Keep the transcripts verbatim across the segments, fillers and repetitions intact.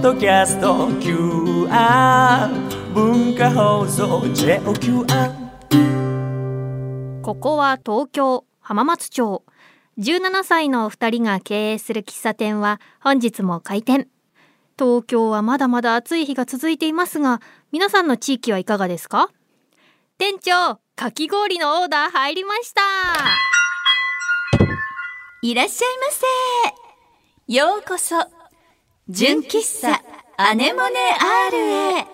ドキャスト キューアール 文化放送 ジェーオーキューアール。 ここは東京浜松町。じゅうななさいのお二人が経営する喫茶店は本日も開店。東京はまだまだ暑い日が続いていますが、皆さんの地域はいかがですか？店長、かき氷のオーダー入りました。 いらっしゃいませ。ようこそ純喫茶アネモネ アール へ。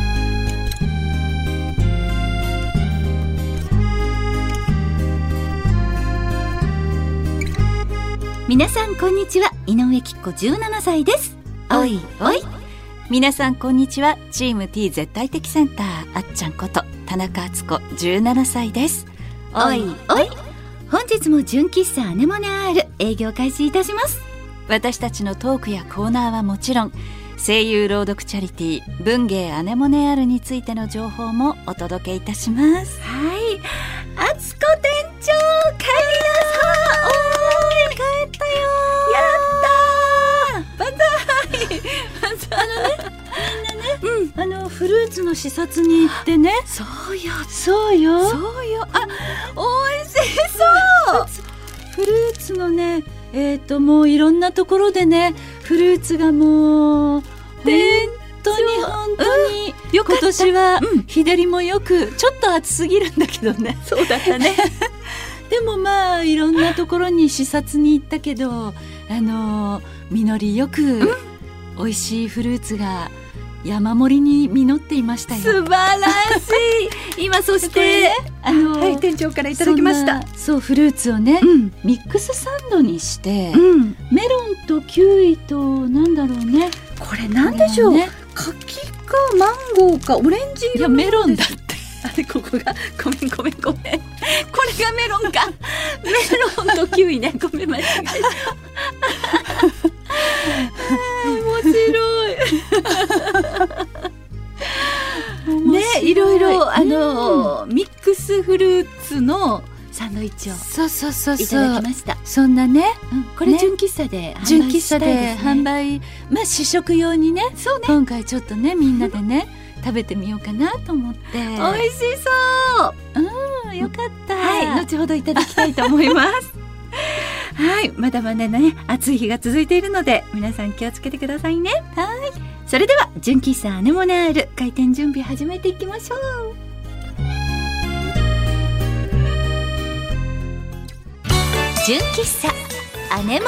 皆さんこんにちは、井上きっ子じゅうななさいです。おいおい。 皆さんこんにちは、チーム T 絶対的センターあっちゃんこと田中敦子じゅうななさいです。 おいおい。本日も純喫茶アネモネ アール 営業開始いたします。 私たちのトークやコーナーはもちろん、声優朗読チャリティー文芸アネモネ アール についての情報もお届けいたします。 はい、敦子店長帰りなさい。おーい、帰ったよ。やったー、バンザーイ。 あのね、みんなね、うん、あのフルーツの視察に行ってね。 そうよそうよそうよ。あ、美味しそう。 フルーツのね、えーともういろんなところでね、フルーツがもう本当に本当に、うん、よかった。今年は日照りもよく、ちょっと暑すぎるんだけどね。 そうだったね。 でもまあいろんなところに視察に行ったけど、あの実りよく、うん、美味しいフルーツが山盛りに実っていましたよ。 素晴らしい。今そして、ね、あの、はい、店長からいただきました。 そうフルーツをね、うん、ミックスサンドにして、うん、メロンとキウイとなんだろうね、 これなんでしょう、ね、柿かマンゴーかオレンジ色。 いやメロンだって。 あれ、ここがごめんごめんごめん、これがメロンか。メロンとキウイね、ごめん間違えた。面白い。ね、いろいろあの、うん、ミックスフルーツのサンドイッチをそうそうそうそういただきました。 そんなね、 うん、これ純喫茶で純喫茶で販売、まあ試食用にね、 そうね、 今回ちょっとねみんなでね食べてみようかなと思って。美味しそう。 うん、よかった。 はい、後ほどいただきたいと思います。はい、まだまだね暑い日が続いているので皆さん気をつけてくださいね。はい、それでは純喫茶アネモネ アール 開店準備始めていきましょう。純喫茶アネモネ アール。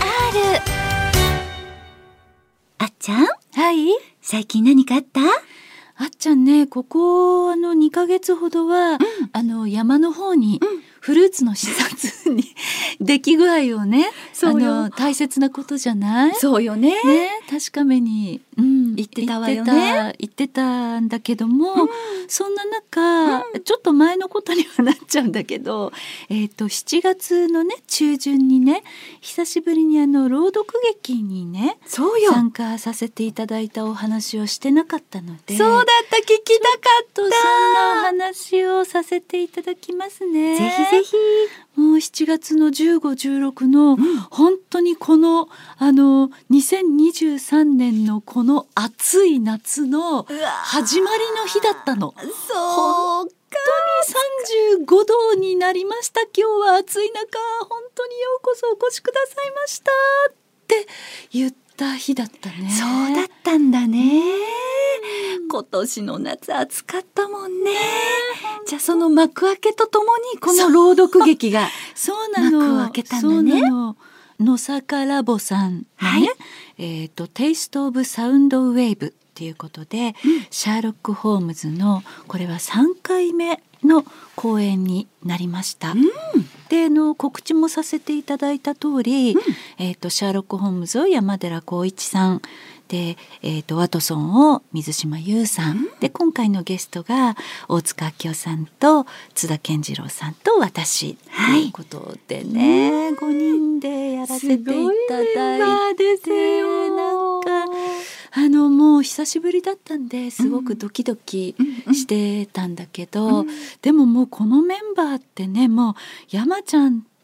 あっちゃん、 はい、 最近何かあった？ あっちゃんね、ここあのにかげつほどは、うん、あの山の方に、うん、フルーツの視察に出来具合をね、そうよ、あの大切なことじゃない？ そうよね。 ね、確かめに、うん、 言ってたわよね。 言ってたんだけども、うん、そんな中、うん、ちょっと前のことにはなっちゃうんだけど、えっとしちがつのね中旬にね、久しぶりにあの朗読劇にね、 そうよ、 参加させていただいたお話をしてなかったので。 そうだった、聞きたかった。 そんなお話をさせていただきますね。 ぜひぜひ。 もうしちがつのじゅうご、じゅうろくの、うん、本当にこのあのにせんにじゅうさんねんのこの暑い夏の始まりの日だったの。 そうか。 本当にさんじゅうごどになりました。今日は暑い中本当にようこそお越しくださいましたって言った日だったね。 そうだったんだね。今年の夏暑かったもんね。じゃあその幕開けとともにこの朗読劇がそうなの幕開けたんだね。 そうなの。野坂ラボさんのね、はい、えーと、テイストオブサウンドウェーブっていうことで、うん、シャーロック・ホームズのこれはさんかいめの公演になりました。うん、であの告知もさせていただいた通り、うん、えーと、シャーロック・ホームズを山寺宏一さんで、えーと、ワトソンを水島優さん、うん、で今回のゲストが大塚明夫さんと津田健次郎さんと私、はい、ということでね、ごにんでやらせていただいて、 ですよ。 なんかあのもう久しぶりだったんですごくドキドキしてたんだけど、うんうん、でももうこのメンバーってね、もう山ちゃん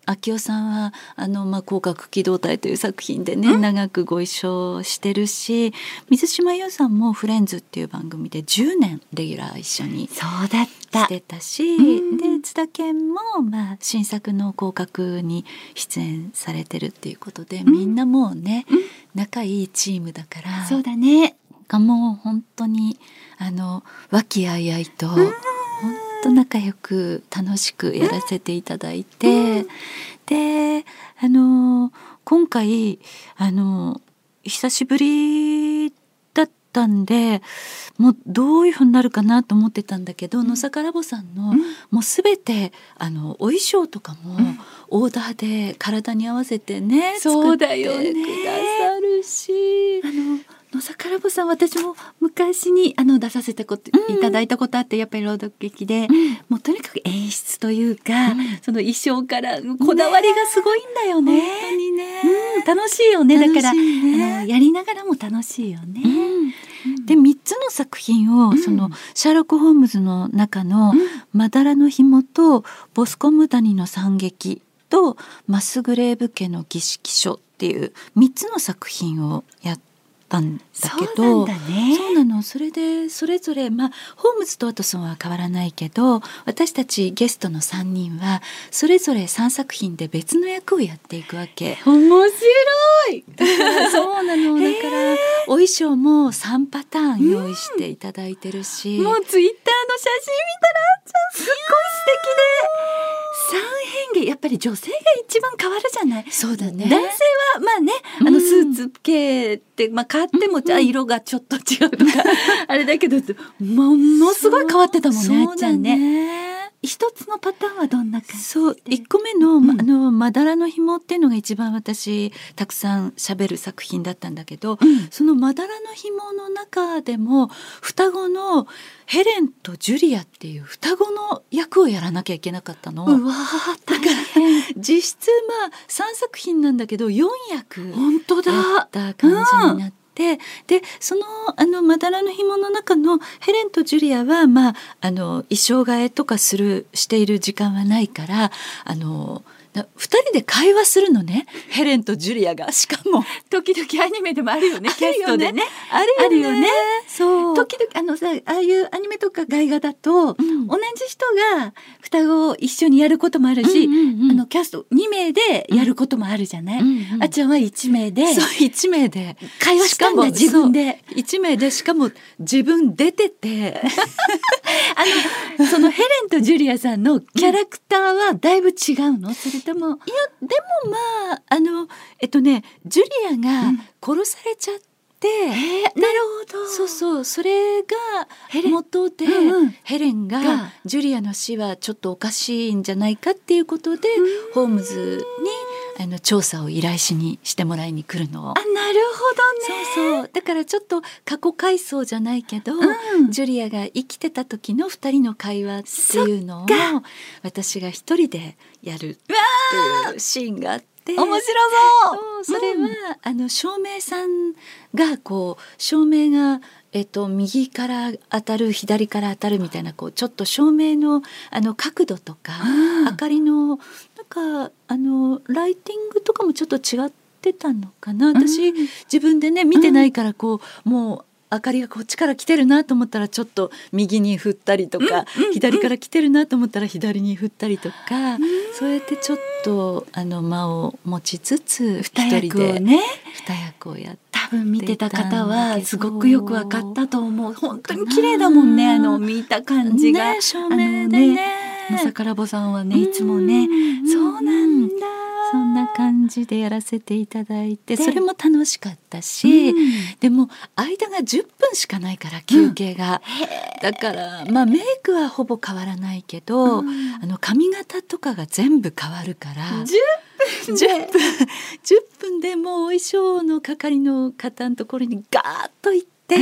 明夫さんはあの、まあ、広角機動隊という作品でね、うん、長くご一緒してるし、水島優さんもフレンズっていう番組でじゅうねんレギュラー一緒にそうだったしてたし、で津田健も、まあ、新作の広角に出演されてるっていうことで、うん、みんなもうね、うん、仲いいチームだから、 そうだね、 がもう本当にあの和気あいあいと、うん、本当仲良く楽しくやらせていただいて、うん、であの今回あの久しぶりだったんで、もうどういう風になるかなと思ってたんだけど、うん、野坂ラボさんの、うん、もうすべてあのお衣装とかも、うん、オーダーで体に合わせてね、 そうだよね、 作ってくださるし、 あの野坂ラボさん、私も昔にあの出させてこと、うん、いただいたことあって、やっぱり朗読劇で、うん、もうとにかく演出というか、うん、その衣装からこだわりがすごいんだよね。 本当にね、 うん、楽しいよね。だから、 ね、 あのやりながらも楽しいよね。 うん、でみっつの作品を、うん、そのシャーロック・ホームズの中の、うん、まだらの紐とボスコム谷の惨劇とマスグレーブ家の儀式書っていうみっつの作品をやってたんだけど、 そうなんだね。 そうなの。それでそれぞれ、まあ、ホームズとワトソンは変わらないけど、私たちゲストのさんにんはそれぞれさんさく品で別の役をやっていくわけ。 面白い。 そうなの。だからお衣装もさんパターン用意していただいてるし、 うん、もうツイッターの写真見たらすっごい素敵で、三変化、やっぱり女性が一番変わるじゃない。 そうだね。 男性はまあね、あのスーツ系って、まあ、変わっても、うん、じゃあ色がちょっと違うとかあれだけど、ものすごい変わってたもんね、あっちゃんね。一つのパターンはどんな感じ？ そういっこめの、うん、あのまだらの紐っていうのが一番私たくさん喋る作品だったんだけど、うん、そのまだらの紐の中でも双子のヘレンとジュリアっていう双子の役をやらなきゃいけなかったの。 うわだから実質まあさんさく品なんだけどよん役本当だやった感じになって、で, でそのあのまだらの紐の中のヘレンとジュリアは、まあ、あの衣装替えとかするしている時間はないから、あのふたりで会話するのね、ヘレンとジュリアが。しかも時々アニメでもあるよね、キャストでね。 あるよね。 あるよね。 そう時々あのさ、ああいうアニメとか外画だと、うん、同じ人が双子を一緒にやることもあるし、うんうんうん、あのキャストに名でやることもあるじゃない、うんうん、あっちゃんはいち名で、 そういち名で会話したんだ、自分でいち名で、しかも自分出ててあのそのヘレンとジュリアさんのキャラクターはだいぶ違うの？それとも、いやでもまああのえっとねジュリアが殺されちゃって、うん、 なるほど。 そうそう、それが元で、うんうん、ヘレンがジュリアの死はちょっとおかしいんじゃないかっていうことで、ホームズにあの調査を依頼しにしてもらいに来るの。 あ、なるほどね。 そうそう、だからちょっと過去回想じゃないけど、うん、ジュリアが生きてた時のふたりの会話っていうのを私が一人でやるっていうシーンがあって、 面白そう。それは、うん、あの照明さんがこう照明がえっと、右から当たる左から当たるみたいな、こうちょっと照明のあの角度とか明かりのなんかあのライティングとかもちょっと違ってたのかな。私、うん、自分でね見てないからこう、もう明かりがこっちから来てるなと思ったらちょっと右に振ったりとか、うんうんうん、左から来てるなと思ったら左に振ったりとか、うん、そうやってちょっとあの間を持ちつつ一人で二役をやって、 多分見てた方はすごくよく分かったと思う。本当に綺麗だもんね、あの見た感じが、 ね、照明でね、 野坂ラボさんはねいつもね、そうなんだ、 そんな感じでやらせていただいて、それも楽しかったし、うん、でも間がじゅっぷんしかないから休憩が、うん、だからまあメイクはほぼ変わらないけど、うん、あの髪型とかが全部変わるからじゅっぷんでじゅっぷんじゅっぷんでもうお衣装の係の方のところにガーッと行って、うん、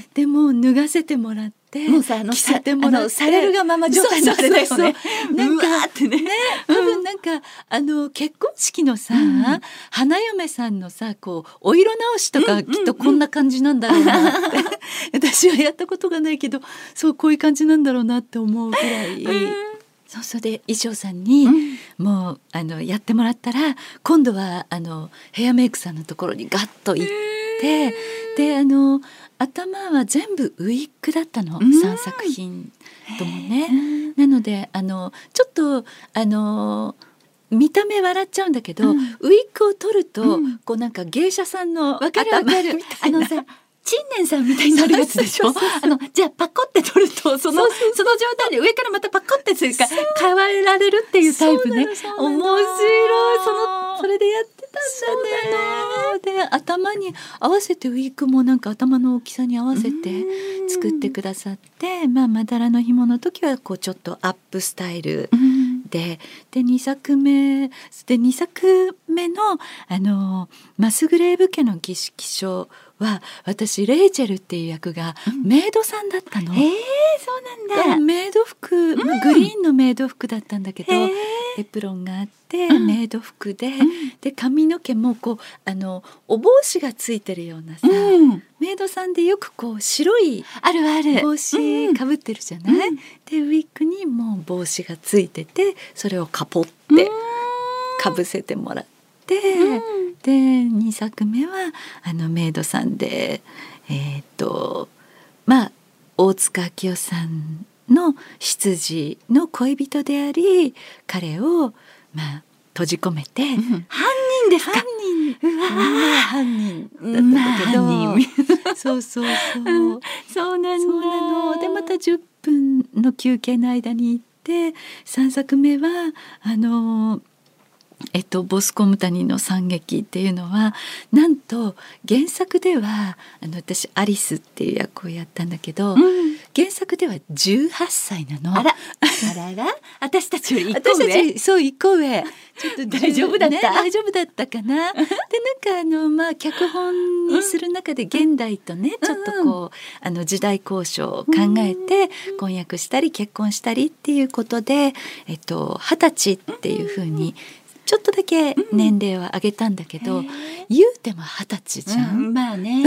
でも脱がせてもらって、 もうさ、あの着せてもらって、されるがまま状態になれたよね。 なんかってね、 多分なんかあの結婚式のさ、うん、花嫁さんのさこうお色直しとかきっとこんな感じなんだろうなって、うんうんうん、私はやったことがないけど、そうこういう感じなんだろうなって思うぐらい、うん、そうそうで衣装さんに、うん、 もうあのやってもらったら今度はあのヘアメイクさんのところにガッと行って、であの頭は全部ウィッグだったの、 うんさんさく品ともね。なのであのちょっとあの見た目笑っちゃうんだけど、 うん、 ウィッグを取ると、うん、こうなんか芸者さんのわかるわかる、 あのさ陳年さんみたいになるやつでしょ。あのじゃあパコって取るとそのその状態で上からまたパコってするか変えられるっていうタイプね。面白い。そのそれでやってたんだね。 で頭に合わせてウィッグもなんか頭の大きさに合わせて作ってくださって、まあまだらの紐の時はこうちょっとアップスタイルで、でにさくめでにさくめのあのマスグレーブ家の儀式書は私レイチェルっていう役がメイドさんだったの。 へ、うん、えー、そうなんだ。 メイド服、うん、グリーンのメイド服だったんだけど、エプロンがあって、うん、メイド服で、うん、で髪の毛もこうあのお帽子がついてるようなさ、うん、メイドさんでよくこう白い帽子かぶってるじゃない、うん、でウィッグにもう帽子がついててそれをカポってかぶせてもらって、うん、でにさくめはあのメイドさんでえー、っとまあ大塚明夫さんの執事の恋人であり彼をまあ閉じ込めて、うん、 犯人ですか。 犯人、うわ犯人だったんだけど、まあ、そうそうそう、 うん、そうなんだ。 そうなのでまたじゅっぷんの休憩の間に行ってさんさくめはあのえっと、ボスコムタニの惨劇っていうのはなんと原作ではあの私アリスっていう役をやったんだけど、うん、原作ではじゅうはっさいなの。 あらあらら私たちより一個上。 私たちそう一個上ちょっと大丈夫だった、 ね、大丈夫だったかなでなんかあの、まあ、脚本にする中で現代とね、うん、ちょっとこうあの時代交渉を考えて、うん、婚約したり結婚したりっていうことで、えっと、はたちっていうふうにちょっとだけ年齢は上げたんだけど、うん、言うても二十歳じゃん、 うん、まあね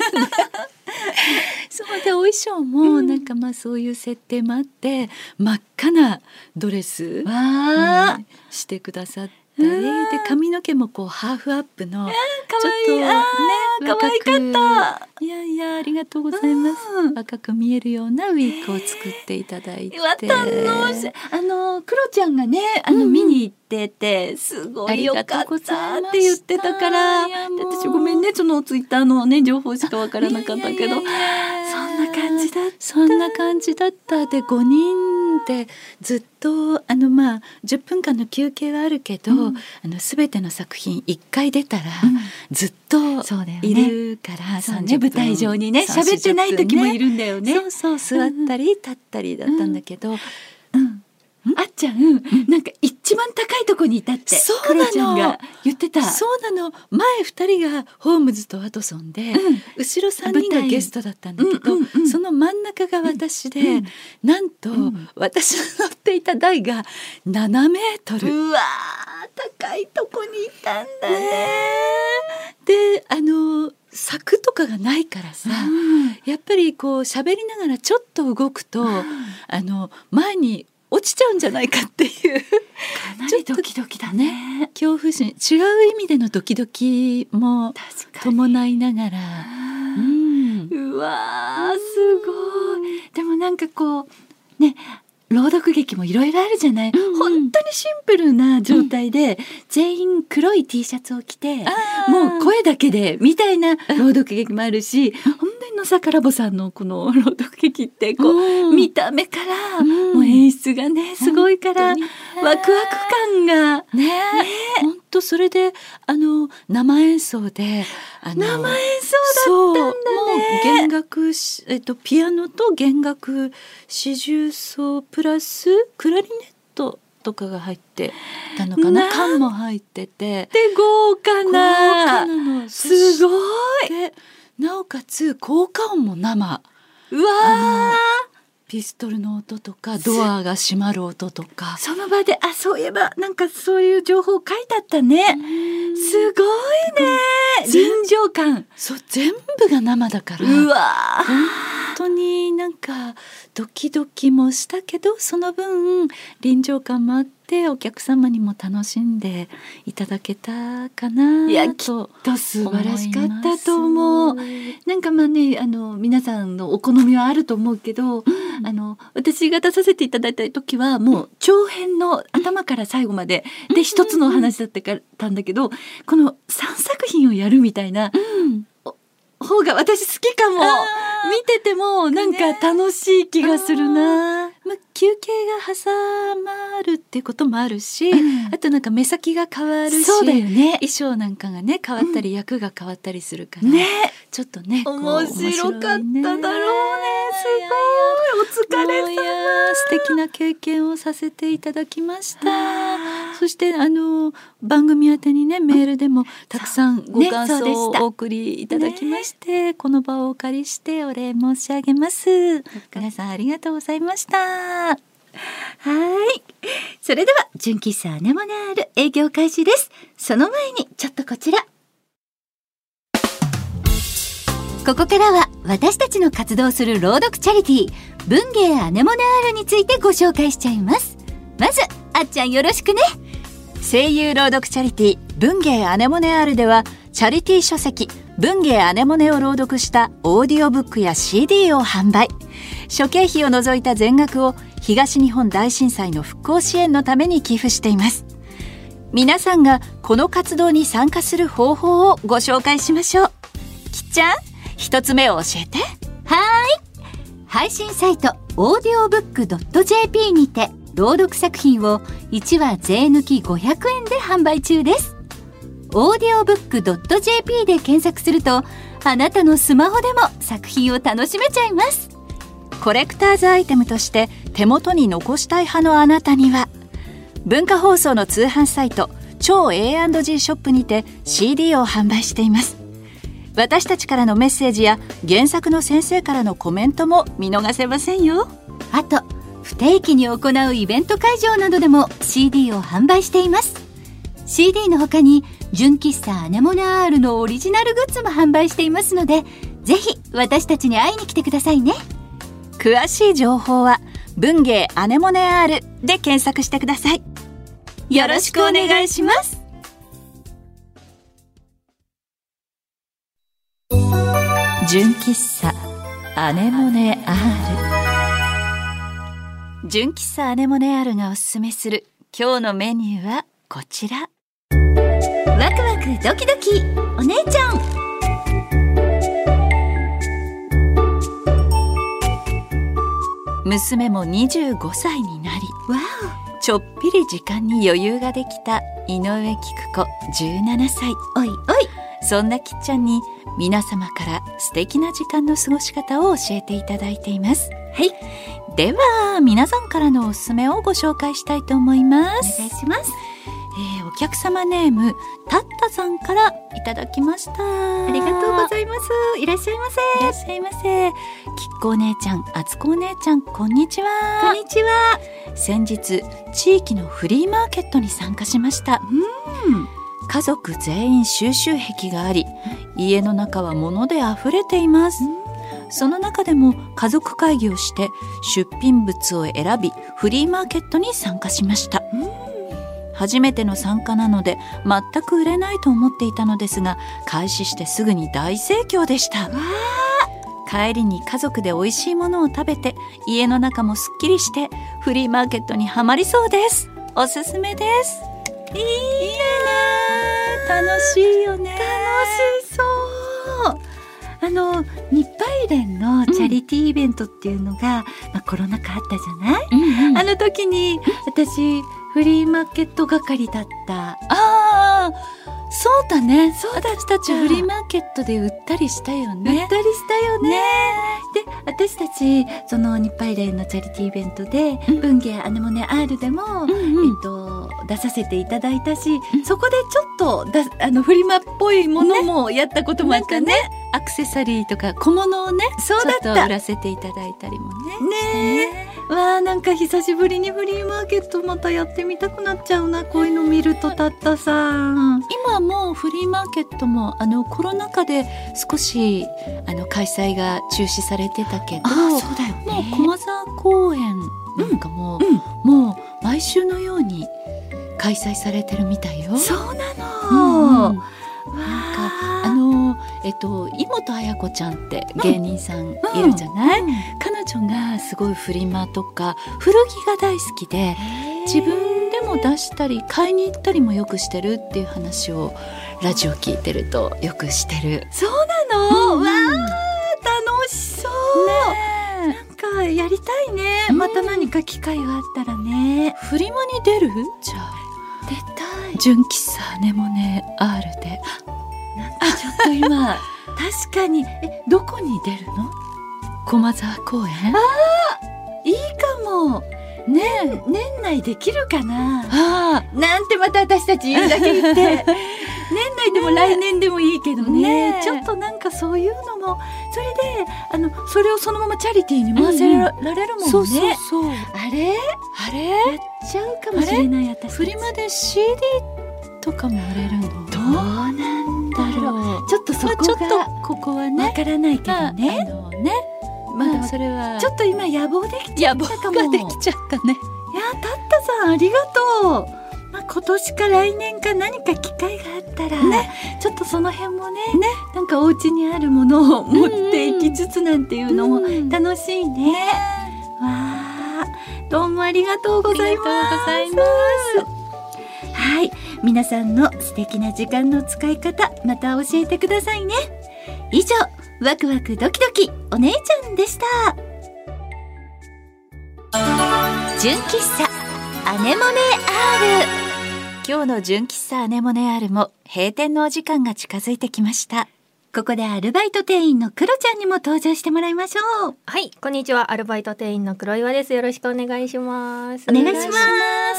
そうでお衣装もなんかまあそういう設定もあって、うん、真っ赤なドレスにしてくださったり、で髪の毛もこうハーフアップのちょっとね可愛かった。 いやいやありがとうございます、うん、若く見えるようなウィッグを作っていただいて、 楽しい。あのクロちゃんがねあの、うん、見に行っててすごい良かったって言ってたから、私ごめんねそのツイッターのね情報しかわからなかったけど、そんな感じだったそんな感じだったでごにんでずっとあのまあじゅっぷんかんの休憩はあるけど、うん、あの全ての作品いっかい出たら、うん、ずっといるから、 そうね、舞台上にね喋ってない時もいるんだよね。 そうそう座ったり立ったりだったんだけど、 うんうんあっちゃん、うん、なんか一番高いとこにいたってそうなのちゃんが言ってた。 そうなの。前ふたりがホームズとワトソンで、うん、後ろさんにんがゲストだったんだけど、うんうんうん、その真ん中が私で、うん、なんと、うん、私の乗っていた台がななメートル。 うわ高いとこにいたんだね。 であの柵とかがないからさ、うん、やっぱりこう喋りながらちょっと動くと、うん、あの前に落ちちゃうんじゃないかっていうかなりドキドキだね。 恐怖心違う意味でのドキドキも伴いながら、 うん、うわすごい。でもなんかこうね朗読劇もいろいろあるじゃない、うんうん、本当にシンプルな状態で、うん、全員黒い T シャツを着てもう声だけでみたいな朗読劇もあるし、本当に野坂ラボさんのこの朗読劇ってこう、うん、見た目から、うん、もう演出がねすごいから、ワクワク感がねね本当それであの生演奏であの生演奏だったんだね。もう弦楽、えっと、ピアノと弦楽四重奏プラスクラリネットとかが入ってたのかな。管も入っててで豪華な、 豪華なのすごい。 でなおかつ効果音も生。 うわピストルの音とかドアが閉まる音とかその場であそういえばなんかそういう情報書いてあったね。すごいね臨場感。 そう全部が生だからうわ本当になんかドキドキもしたけどその分臨場感もあってってお客様にも楽しんでいただけたかな。 いやきっと素晴らしかったと思う。なんかまあね、あの皆さんのお好みはあると思うけど、うん、あの私が出させていただいた時はもう長編の頭から最後まで、うん、で一つのお話だったからんだけど、このさんさく品をやるみたいな、うん方が私好きかも。見ててもなんか楽しい気がするな、 ね、まあ、休憩が挟まるっていうこともあるし、うん、あとなんか目先が変わるし、 そうだよね、 衣装なんかがね変わったり、うん、役が変わったりするから、ね、ちょっとね面白かっただろうね。すごいお疲れ様。 いや素敵な経験をさせていただきました。そしてあの番組宛てにねメールでもたくさんご感想をお送りいただきまして、ね、この場をお借りしてお礼申し上げます。皆さんありがとうございました。 はい、それでは純喫茶アネモネアール営業開始です。その前にちょっとこちら、ここからは私たちの活動する朗読チャリティー文芸アネモネアールについてご紹介しちゃいます。まずあっちゃんよろしくね。 声優朗読チャリティー文芸アネモネアールではチャリティー書籍文芸アネモネを朗読したオーディオブックや シーディー を販売。諸経費を除いた全額を東日本大震災の復興支援のために寄付しています。皆さんがこの活動に参加する方法をご紹介しましょう。きっちゃん一つ目を教えて。 はーい、配信サイトオーディオブック ドット ジェーピー にて朗読作品をいちわ税抜きごひゃくえんで販売中です。オーディオブック ドット ジェーピー で検索するとあなたのスマホでも作品を楽しめちゃいます。 コレクターズアイテムとして手元に残したい派のあなたには文化放送の通販サイト超 エーアンドジー ショップにて シーディー を販売しています。私たちからのメッセージや原作の先生からのコメントも見逃せませんよ。 あと不定期に行うイベント会場などでも シーディー を販売しています。 シーディー の他に純喫茶アネモネアールのオリジナルグッズも販売していますので、ぜひ私たちに会いに来てくださいね。 詳しい情報は文芸アネモネアールで検索してください。 よろしくお願いします。 純喫茶アネモネアール。純喫茶アネモネアールがおすすめする今日のメニューはこちら。 ワクワクドキドキお姉ちゃん。 娘もにじゅうごさいになり、ちょっぴり時間に余裕ができた井上菊子じゅうななさい。 おいおい、 そんなきっちゃんに皆様から素敵な時間の過ごし方を教えていただいています。 はい、 では皆さんからのおすすめをご紹介したいと思います。 お願いします。 えー、お客様ネームたったさんからいただきました。 ありがとうございます。いらっしゃいませ。 いらっしゃいませ。きっこお姉ちゃん、あつこお姉ちゃん、こんにちは。 こんにちは。 先日地域のフリーマーケットに参加しました。 うん、 家族全員収集癖があり、家の中は物で溢れています。その中でも家族会議をして出品物を選びフリーマーケットに参加しました。初めての参加なので全く売れないと思っていたのですが、開始してすぐに大盛況でした。帰りに家族で美味しいものを食べて家の中もすっきりしてフリーマーケットにはまりそうです。おすすめです。 いいね、 楽しいよね。 楽しそう。あの日配連のチャリティーイベントっていうのが、うん、まあ、コロナ禍あったじゃない、うんうん、あの時に私フリーマーケット係だった。 ああ、そうだね。そうだった。私たちフリーマーケットで売ったりしたよね。 売ったりしたよね。ねで、私たちその日配連のチャリティーイベントで、うん、文芸アネモネアールでも、うんうん、えっと出させていただいたし、うん、そこでちょっとだあのフリマっぽいものもやったこともあったね。ね、 アクセサリーとか小物をね、 そうだった。 ちょっと売らせていただいたりもね。 ねえ。わあ、なんか久しぶりにフリーマーケットまたやってみたくなっちゃうな。こういうの見るとたったさん。 今もうフリーマーケットもあのコロナ禍で少しあの開催が中止されてたけど、 あ、そうだよね。 もう駒沢公園なんかも、 うんうん、 もう毎週のように開催されてるみたいよ。 そうなの、 うん、なんかあのえっと井本彩子ちゃんって芸人さんいるじゃない、うんうん、彼女がすごいフリマとか古着が大好きで自分でも出したり買いに行ったりもよくしてるっていう話をラジオ聞いてるとよくしてる。 そうなの、うん、わー楽しそう、ね、なんかやりたいね、うん、また何か機会があったらね。 フリマに出る？じゃあ出たい。 純喫茶アネモネ R でなんかちょっと今確かにえどこに出るの？ 駒沢公園。 あーいいかもね。年内できるかな。 あなんてまた私たち言うだけ言って年内でも来年でもいいけど ね, ねちょっとなんかそういうのもそれであのそれをそのままチャリティーに回せられるもんね、うん、そうそうそう。あれあれやっちゃうかもしれない。私フリマで シーディー とかも売れるの？ どうなんだろう。ちょっとそこが、まあ、ちょっとここはねわからないけどね、 まあ、あのねまあそれはちょっと今野望できちゃったかも。 野望ができちゃったね。 いやタッタさんありがとう。まあ、今年か来年か何か機会があったら、ね、ちょっとその辺も ね, ねなんかお家にあるものを持っていきつつなんていうのも楽しいね、うん、わあどうもありがとうございます。はい、皆さんの素敵な時間の使い方また教えてくださいね。以上ワクワクドキドキお姉ちゃんでした。純喫茶アネモネ R。 今日の純喫茶アネモネ R も閉店のお時間が近づいてきました。 ここでアルバイト店員のクロちゃんにも登場してもらいましょう。 はい、こんにちは。アルバイト店員の黒岩です。よろしくお願いします。 お願いします。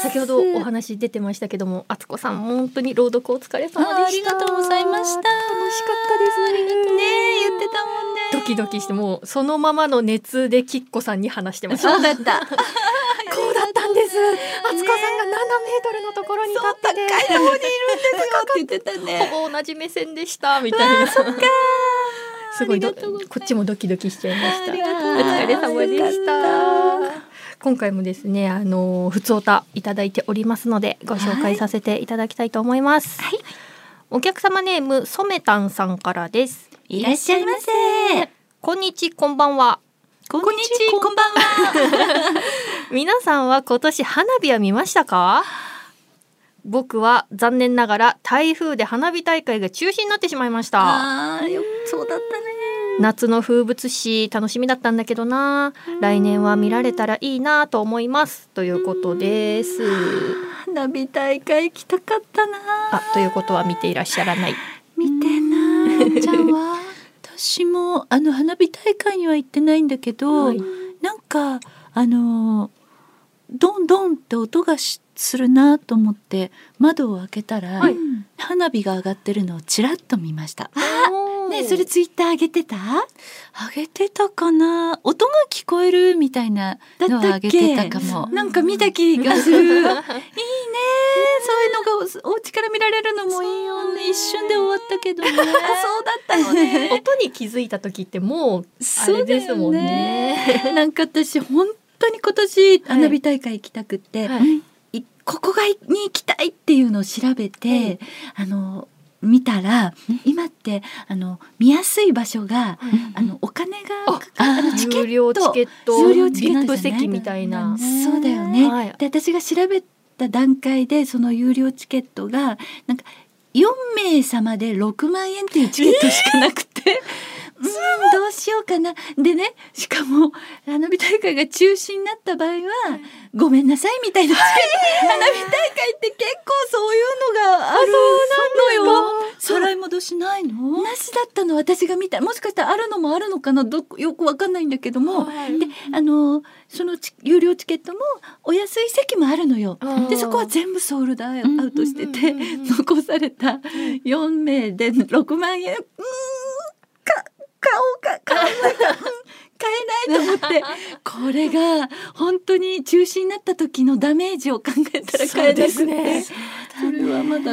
先ほどお話出てましたけども、あつこさんも本当に朗読お疲れ様でした。 あ, ありがとうございました。楽しかったです。ありがとうね。 言ってたもんね。 ドキドキしてもうそのままの熱できっこさんに話してました。 そうだったこうだったんです。あつこさんがななメートルのところに立ってて、 高いところにいるんですよって言ってたね。 ほぼ同じ目線でしたみたいな。 そっかすごいどこっちもドキドキしちゃいました。お疲れ様でした。今回もですね、あのふつおたいただいておりますのでご紹介させていただきたいと思います、はい、お客様ネームソメタンさんからです。 いらっしゃいませ。 こんにちこんばんは。 こんにちこんばんは。 皆さんは今年花火は見ましたか？僕は残念ながら台風で花火大会が中止になってしまいました。 あーよそうだったね。 夏の風物詩楽しみだったんだけどな、来年は見られたらいいなと思いますということです。 花火大会行きたかったなあ。ということは見ていらっしゃらない。 見てないちゃんは私もあの花火大会には行ってないんだけど、はい、なんかあのドンドンって音がしするなと思って窓を開けたら、はい、花火が上がってるのをちらっと見ました。 あ、ね、それツイッター上げてた？ 上げてたかな。音が聞こえるみたいなのは上げてたかも。 なんか見た気がする。いいね、そういうのがお家から見られるのもいいよね。 一瞬で終わったけどね。 そうだったのね。 音に気づいた時ってもうあれですもんね。 ねなんか私本当に今年花火大会行きたくって、はいはい、ここがに行きたいっていうのを調べて、うん、あの見たら、うん、今ってあの見やすい場所が、うん、あのお金がかかるチケット、 有料チケット、 有料チケットビップ席みたいな。 そうだよね、はい、で私が調べた段階でその有料チケットがなんかよんめい様でろくまんえんっていうチケットしかなくて、えー、うんどうしようかな。でね、しかも花火大会が中止になった場合は、はい、ごめんなさいみたいなチケット、はい、花火大会って結構そういうのがあるのよ。 払い戻しないの？ なしだったの。私が見た、もしかしたらあるのもあるのかな、どよくわかんないんだけども、はい、であのその有料チケットもお安い席もあるのよ。でそこは全部ソールドアウトしてて、うんうんうんうん、残されたよんめいでろくまんえん、うーんか買おうか買わないか買えないと思ってこれが本当に中止になった時のダメージを考えたら買えなくて、 そ,、ね、それはまだ、ね、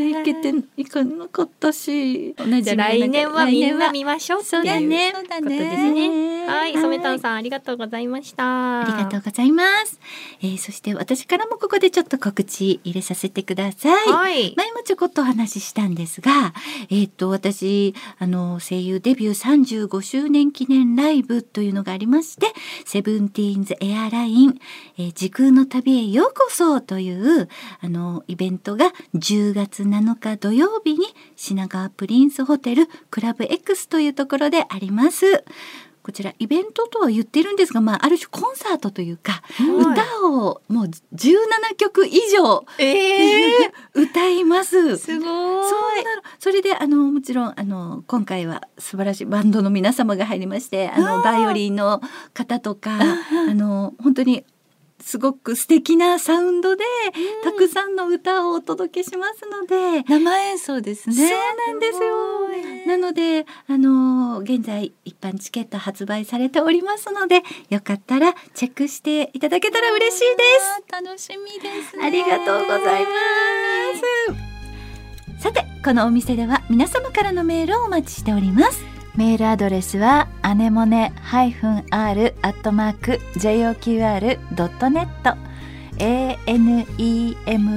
ね行けていかなかったし、同じじゃあ来年はみんな見ましょうっていうそうだねことですね。はい、染谷さんありがとうございました。 ありがとうございます、えー、そして私からもここでちょっと告知入れさせてください。 はい、 前もちょこっとお話ししたんですが、えっと私あの声優デビューさんじゅうごしゅうねん記念ライブというのがありまして、セブンティーンズエアライン、えー、時空の旅へようこそというあのイベントがじゅうがつなのか土曜日に品川プリンスホテルクラブ X というところであります。こちらイベントとは言ってるんですが、まあ、ある種コンサートというか、はい、歌をもうじゅうななきょく以上、えー、歌います。 すごい。 そうなの。それであのもちろんあの今回は素晴らしいバンドの皆様が入りまして、あのバイオリンの方とかあの本当にすごく素敵なサウンドで、うん、たくさんの歌をお届けしますので、 生演奏ですね。 そうなんですよ。なのであの現在一般チケット発売されておりますので、よかったらチェックしていただけたら嬉しいです。 楽しみですね。 ありがとうございます。さてこのお店では皆様からのメールをお待ちしております。 メールアドレスはアネモネ -r アットマーク ジェイオーキューアール ドットネット アネモネ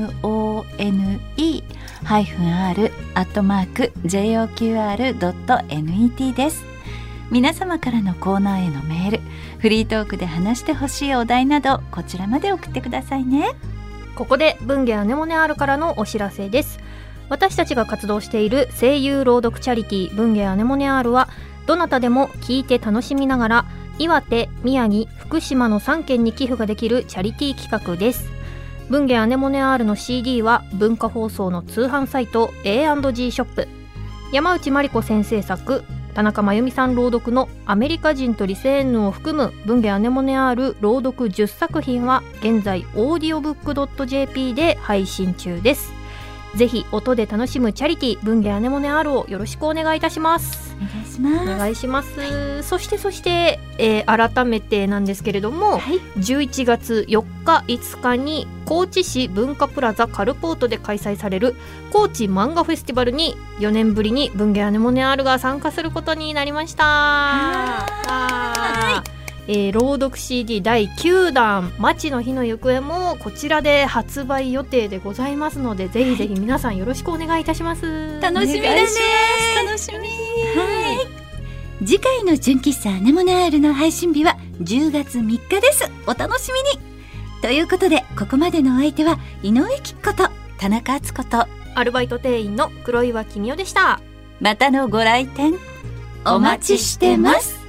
-r アットマーク ジェイオーキューアール ドットネット です。皆様からのコーナーへのメール、フリートークで話してほしいお題などこちらまで送ってくださいね。 ここで文芸アネモネ R からのお知らせです。私たちが活動している声優朗読チャリティー文芸アネモネ R はどなたでも聞いて楽しみながら岩手、宮城、福島のさんけんに寄付ができるチャリティー企画です。文芸アネモネ R の シーディー は文化放送の通販サイト エーアンドジー ショップ、山内真理子先生作、田中真由美さん朗読のアメリカ人とリセーヌを含む文芸アネモネ R 朗読じゅっさくひんは現在オーディオブックドットジェーピー で配信中です。ぜひ音で楽しむチャリティー文芸アネモネ R をよろしくお願いいたします。 お願いします。 お願いします、はい、そしてそして、えー、改めてなんですけれども、はい、じゅういちがつよっかいつかに高知市文化プラザカルポートで開催される高知漫画フェスティバルによねんぶりに文芸アネモネ R が参加することになりました。はい、えー、朗読 シーディー だいきゅうだん町の日の行方もこちらで発売予定でございますので、ぜひぜひ皆さんよろしくお願いいたします。 楽しみだね。 楽しみ。 はい、次回の純喫茶アネモネ R の配信日はじゅうがつみっかです。お楽しみに。ということでここまでのお相手は井上貴子と田中敦子とアルバイト店員の黒岩君代でした。 またのご来店お待ちしてます。